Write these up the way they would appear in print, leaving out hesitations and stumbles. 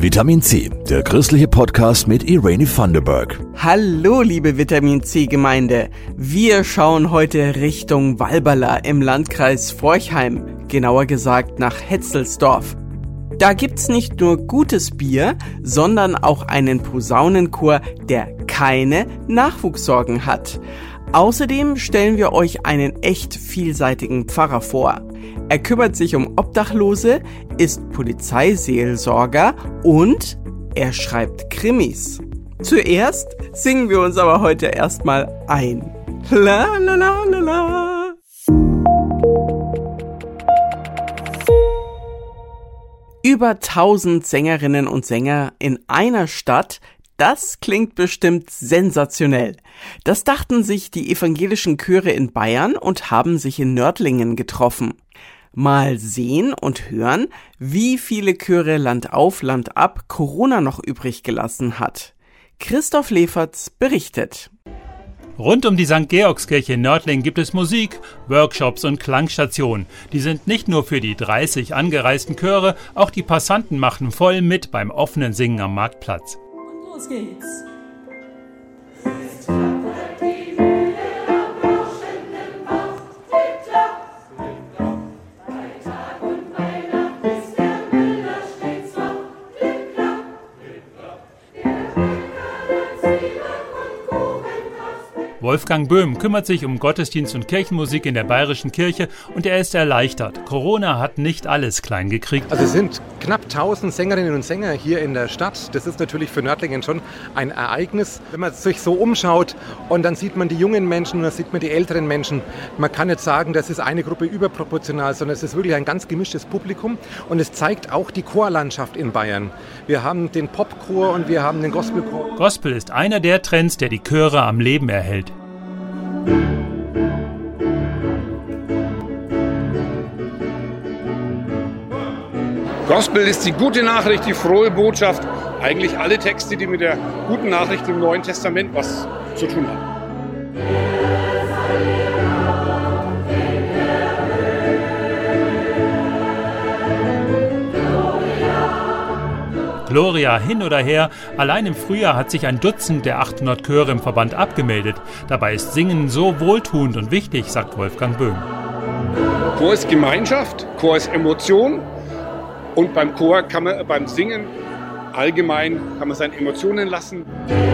Vitamin C, der christliche Podcast mit Irene Thunderberg. Hallo liebe Vitamin C-Gemeinde, wir schauen heute Richtung Walberla im Landkreis Forchheim, genauer gesagt nach Hetzelsdorf. Da gibt's nicht nur gutes Bier, sondern auch einen Posaunenchor, der keine Nachwuchssorgen hat. Außerdem stellen wir euch einen echt vielseitigen Pfarrer vor. Er kümmert sich um Obdachlose, ist Polizeiseelsorger und er schreibt Krimis. Zuerst singen wir uns aber heute erstmal ein. La la la la la. Über 1000 Sängerinnen und Sänger in einer Stadt, das klingt bestimmt sensationell. Das dachten sich die evangelischen Chöre in Bayern und haben sich in Nördlingen getroffen. Mal sehen und hören, wie viele Chöre Land auf, Land ab Corona noch übrig gelassen hat. Christoph Leferz berichtet. Rund um die St. Georgskirche in Nördlingen gibt es Musik, Workshops und Klangstationen. Die sind nicht nur für die 30 angereisten Chöre, auch die Passanten machen voll mit beim offenen Singen am Marktplatz. Und los geht's. Wolfgang Böhm kümmert sich um Gottesdienst und Kirchenmusik in der Bayerischen Kirche und er ist erleichtert. Corona hat nicht alles klein gekriegt. Also es sind knapp 1000 Sängerinnen und Sänger hier in der Stadt. Das ist natürlich für Nördlingen schon ein Ereignis. Wenn man sich so umschaut und dann sieht man die jungen Menschen und dann sieht man die älteren Menschen. Man kann nicht sagen, das ist eine Gruppe überproportional, sondern es ist wirklich ein ganz gemischtes Publikum. Und es zeigt auch die Chorlandschaft in Bayern. Wir haben den Popchor und wir haben den Gospelchor. Gospel ist einer der Trends, der die Chöre am Leben erhält. Gospel ist die gute Nachricht, die frohe Botschaft. Eigentlich alle Texte, die mit der guten Nachricht im Neuen Testament was zu tun haben. Gloria hin oder her, allein im Frühjahr hat sich ein Dutzend der 800 Chöre im Verband abgemeldet. Dabei ist Singen so wohltuend und wichtig, sagt Wolfgang Böhm. Chor ist Gemeinschaft, Chor ist Emotion und beim Chor kann man beim Singen allgemein kann man seine Emotionen lassen.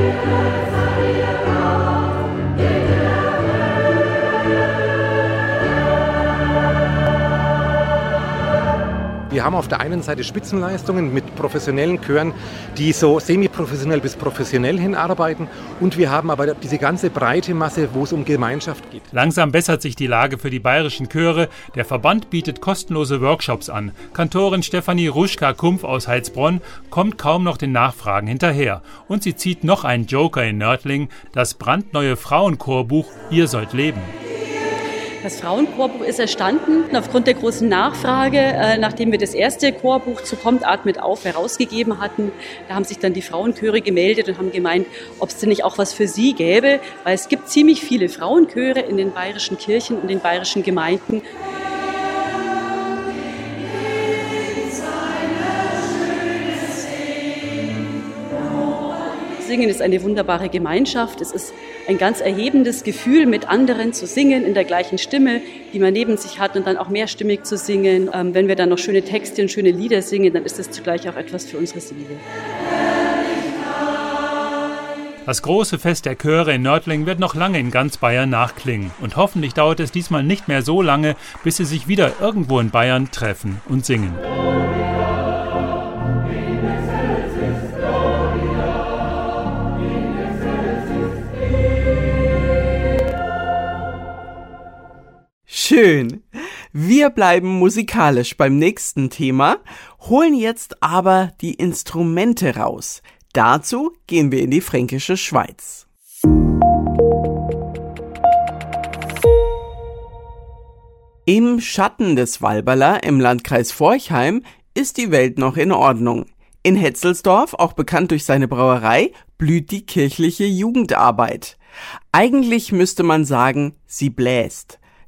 Wir haben auf der einen Seite Spitzenleistungen mit professionellen Chören, die so semi-professionell bis professionell hinarbeiten. Und wir haben aber diese ganze breite Masse, wo es um Gemeinschaft geht. Langsam bessert sich die Lage für die bayerischen Chöre. Der Verband bietet kostenlose Workshops an. Kantorin Stefanie Ruschka-Kumpf aus Heilsbronn kommt kaum noch den Nachfragen hinterher. Und sie zieht noch einen Joker in Nördlingen, das brandneue Frauenchorbuch Ihr sollt leben. Das Frauenchorbuch ist entstanden aufgrund der großen Nachfrage, nachdem wir das erste Chorbuch zu Kommt, atmet auf herausgegeben hatten. Da haben sich dann die Frauenchöre gemeldet und haben gemeint, ob es denn nicht auch was für sie gäbe, weil es gibt ziemlich viele Frauenchöre in den bayerischen Kirchen und den bayerischen Gemeinden. Singen ist eine wunderbare Gemeinschaft. Es ist ein ganz erhebendes Gefühl, mit anderen zu singen, in der gleichen Stimme, die man neben sich hat und dann auch mehrstimmig zu singen. Wenn wir dann noch schöne Texte und schöne Lieder singen, dann ist das zugleich auch etwas für unsere Seele. Das große Fest der Chöre in Nördlingen wird noch lange in ganz Bayern nachklingen. Und hoffentlich dauert es diesmal nicht mehr so lange, bis sie sich wieder irgendwo in Bayern treffen und singen. Schön. Wir bleiben musikalisch beim nächsten Thema, holen jetzt aber die Instrumente raus. Dazu gehen wir in die fränkische Schweiz. Im Schatten des Walberla im Landkreis Forchheim ist die Welt noch in Ordnung. In Hetzelsdorf, auch bekannt durch seine Brauerei, blüht die kirchliche Jugendarbeit. Eigentlich müsste man sagen, sie bläst.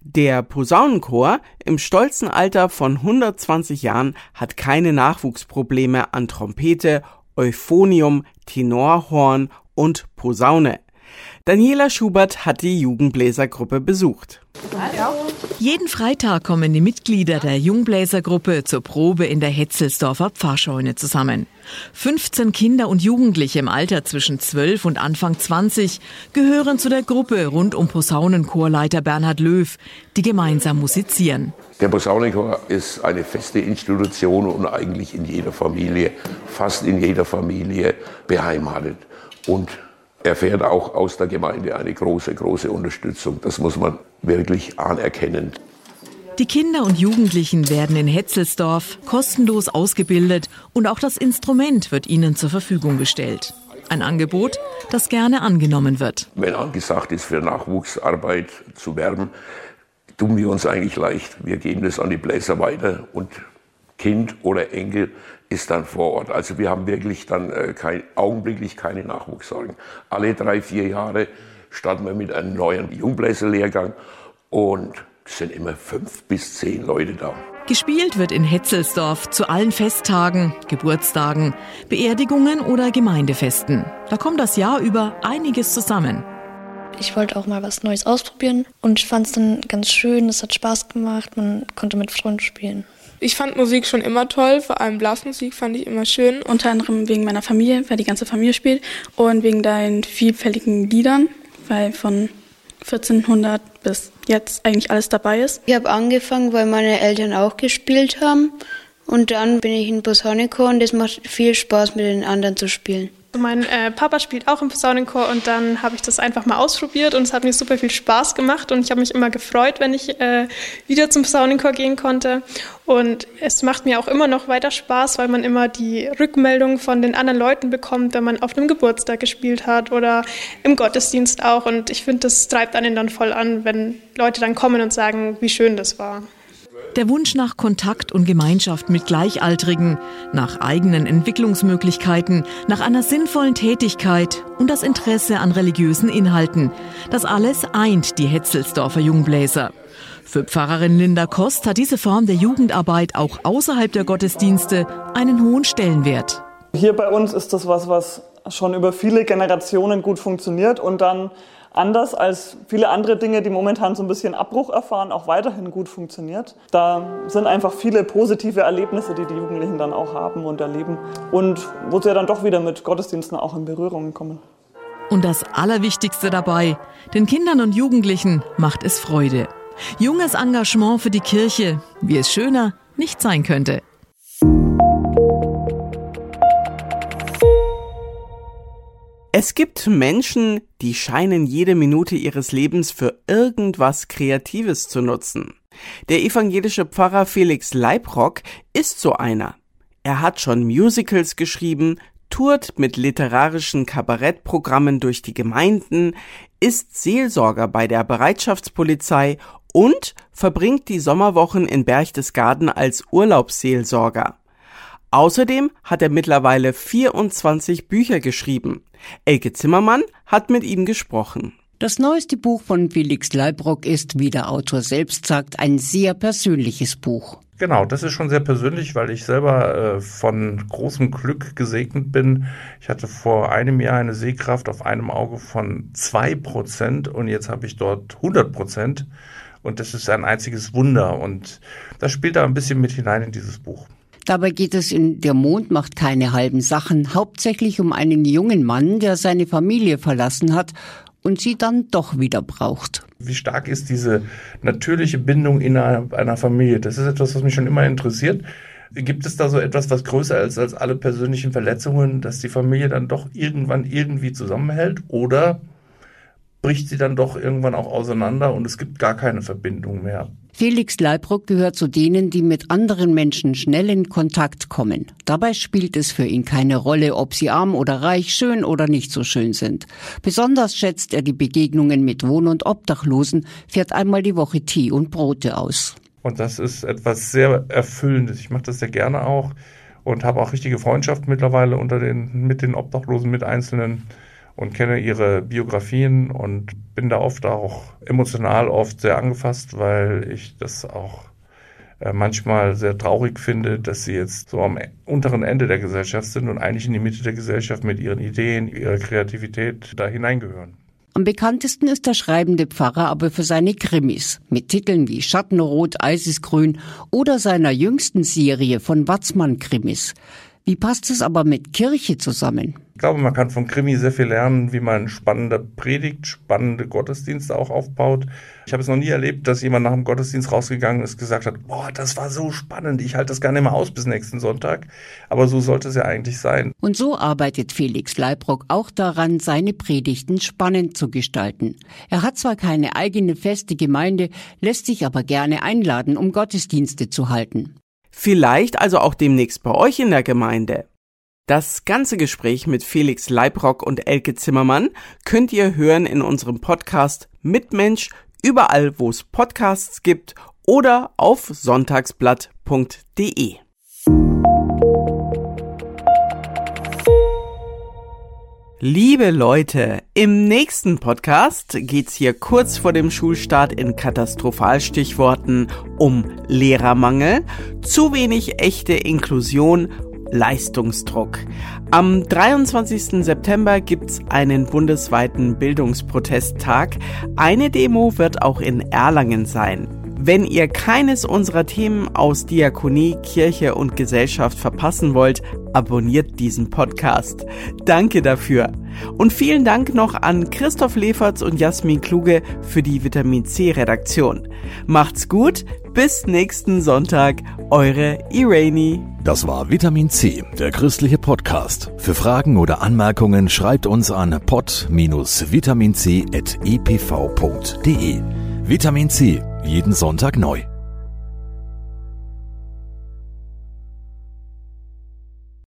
Der Posaunenchor im stolzen Alter von 120 Jahren hat keine Nachwuchsprobleme an Trompete, Euphonium, Tenorhorn und Posaune. Daniela Schubert hat die Jugendbläsergruppe besucht. Hallo. Jeden Freitag kommen die Mitglieder der Jungbläsergruppe zur Probe in der Hetzelsdorfer Pfarrscheune zusammen. 15 Kinder und Jugendliche im Alter zwischen 12 und Anfang 20 gehören zu der Gruppe rund um Posaunenchorleiter Bernhard Löw, die gemeinsam musizieren. Der Posaunenchor ist eine feste Institution und eigentlich in jeder Familie, fast in jeder Familie beheimatet. Und erfährt auch aus der Gemeinde eine große, große Unterstützung. Das muss man wirklich anerkennen. Die Kinder und Jugendlichen werden in Hetzelsdorf kostenlos ausgebildet und auch das Instrument wird ihnen zur Verfügung gestellt. Ein Angebot, das gerne angenommen wird. Wenn angesagt ist, für Nachwuchsarbeit zu werben, tun wir uns eigentlich leicht. Wir geben das an die Bläser weiter und Kind oder Enkel ist dann vor Ort. Also wir haben wirklich dann augenblicklich keine Nachwuchssorgen. Alle 3-4 Jahre starten wir mit einem neuen Jungbläserlehrgang und es sind immer 5 bis 10 Leute da. Gespielt wird in Hetzelsdorf zu allen Festtagen, Geburtstagen, Beerdigungen oder Gemeindefesten. Da kommt das Jahr über einiges zusammen. Ich wollte auch mal was Neues ausprobieren und ich fand es dann ganz schön, es hat Spaß gemacht, man konnte mit Freunden spielen. Ich fand Musik schon immer toll, vor allem Blasmusik fand ich immer schön. Unter anderem wegen meiner Familie, weil die ganze Familie spielt und wegen deinen vielfältigen Liedern, weil von 1400 bis jetzt eigentlich alles dabei ist. Ich habe angefangen, weil meine Eltern auch gespielt haben und dann bin ich in Posaunenchor und es macht viel Spaß, mit den anderen zu spielen. Mein Papa spielt auch im Posaunenchor und dann habe ich das einfach mal ausprobiert und es hat mir super viel Spaß gemacht und ich habe mich immer gefreut, wenn ich wieder zum Posaunenchor gehen konnte. Und es macht mir auch immer noch weiter Spaß, weil man immer die Rückmeldung von den anderen Leuten bekommt, wenn man auf einem Geburtstag gespielt hat oder im Gottesdienst auch. Und ich finde, das treibt einen dann voll an, wenn Leute dann kommen und sagen, wie schön das war. Der Wunsch nach Kontakt und Gemeinschaft mit Gleichaltrigen, nach eigenen Entwicklungsmöglichkeiten, nach einer sinnvollen Tätigkeit und das Interesse an religiösen Inhalten. Das alles eint die Hetzelsdorfer Jungbläser. Für Pfarrerin Linda Kost hat diese Form der Jugendarbeit auch außerhalb der Gottesdienste einen hohen Stellenwert. Hier bei uns ist das was schon über viele Generationen gut funktioniert und dann anders als viele andere Dinge, die momentan so ein bisschen Abbruch erfahren, auch weiterhin gut funktioniert. Da sind einfach viele positive Erlebnisse, die die Jugendlichen dann auch haben und erleben und wo sie dann doch wieder mit Gottesdiensten auch in Berührung kommen. Und das Allerwichtigste dabei, den Kindern und Jugendlichen macht es Freude. Junges Engagement für die Kirche, wie es schöner nicht sein könnte. Es gibt Menschen, die scheinen jede Minute ihres Lebens für irgendwas Kreatives zu nutzen. Der evangelische Pfarrer Felix Leibrock ist so einer. Er hat schon Musicals geschrieben, tourt mit literarischen Kabarettprogrammen durch die Gemeinden, ist Seelsorger bei der Bereitschaftspolizei und verbringt die Sommerwochen in Berchtesgaden als Urlaubsseelsorger. Außerdem hat er mittlerweile 24 Bücher geschrieben. Elke Zimmermann hat mit ihm gesprochen. Das neueste Buch von Felix Leibrock ist, wie der Autor selbst sagt, ein sehr persönliches Buch. Genau, das ist schon sehr persönlich, weil ich selber von großem Glück gesegnet bin. Ich hatte vor einem Jahr eine Sehkraft auf einem Auge von 2% und jetzt habe ich dort 100%. Und das ist ein einziges Wunder und das spielt da ein bisschen mit hinein in dieses Buch. Dabei geht es in Der Mond macht keine halben Sachen hauptsächlich um einen jungen Mann, der seine Familie verlassen hat und sie dann doch wieder braucht. Wie stark ist diese natürliche Bindung innerhalb einer Familie? Das ist etwas, was mich schon immer interessiert. Gibt es da so etwas, was größer ist als alle persönlichen Verletzungen, dass die Familie dann doch irgendwann irgendwie zusammenhält? Oder bricht sie dann doch irgendwann auch auseinander und es gibt gar keine Verbindung mehr? Felix Leibrock gehört zu denen, die mit anderen Menschen schnell in Kontakt kommen. Dabei spielt es für ihn keine Rolle, ob sie arm oder reich, schön oder nicht so schön sind. Besonders schätzt er die Begegnungen mit Wohn- und Obdachlosen, fährt einmal die Woche Tee und Brote aus. Und das ist etwas sehr Erfüllendes. Ich mache das sehr gerne auch und habe auch richtige Freundschaft mittlerweile mit den Obdachlosen, mit Einzelnen. und kenne ihre Biografien und bin da oft auch emotional sehr angefasst, weil ich das auch manchmal sehr traurig finde, dass sie jetzt so am unteren Ende der Gesellschaft sind und eigentlich in die Mitte der Gesellschaft mit ihren Ideen, ihrer Kreativität da hineingehören. Am bekanntesten ist der schreibende Pfarrer aber für seine Krimis mit Titeln wie Schattenrot, Eis ist grün oder seiner jüngsten Serie von Watzmann-Krimis. Wie passt es aber mit Kirche zusammen? Ich glaube, man kann vom Krimi sehr viel lernen, wie man spannende Predigt, spannende Gottesdienste auch aufbaut. Ich habe es noch nie erlebt, dass jemand nach dem Gottesdienst rausgegangen ist und gesagt hat, boah, das war so spannend, ich halte das gar nicht mehr aus bis nächsten Sonntag. Aber so sollte es ja eigentlich sein. Und so arbeitet Felix Leibrock auch daran, seine Predigten spannend zu gestalten. Er hat zwar keine eigene feste Gemeinde, lässt sich aber gerne einladen, um Gottesdienste zu halten. Vielleicht also auch demnächst bei euch in der Gemeinde. Das ganze Gespräch mit Felix Leibrock und Elke Zimmermann könnt ihr hören in unserem Podcast Mitmensch, überall wo es Podcasts gibt oder auf sonntagsblatt.de. Liebe Leute, im nächsten Podcast geht's hier kurz vor dem Schulstart in Katastrophalstichworten um Lehrermangel, zu wenig echte Inklusion, Leistungsdruck. Am 23. September gibt's einen bundesweiten Bildungsprotesttag. Eine Demo wird auch in Erlangen sein. Wenn ihr keines unserer Themen aus Diakonie, Kirche und Gesellschaft verpassen wollt, abonniert diesen Podcast. Danke dafür. Und vielen Dank noch an Christoph Leferz und Jasmin Kluge für die Vitamin C Redaktion. Macht's gut, bis nächsten Sonntag, eure Irene. Das war Vitamin C, der christliche Podcast. Für Fragen oder Anmerkungen schreibt uns an pod-vitaminc@epv.de. Vitamin C, jeden Sonntag neu.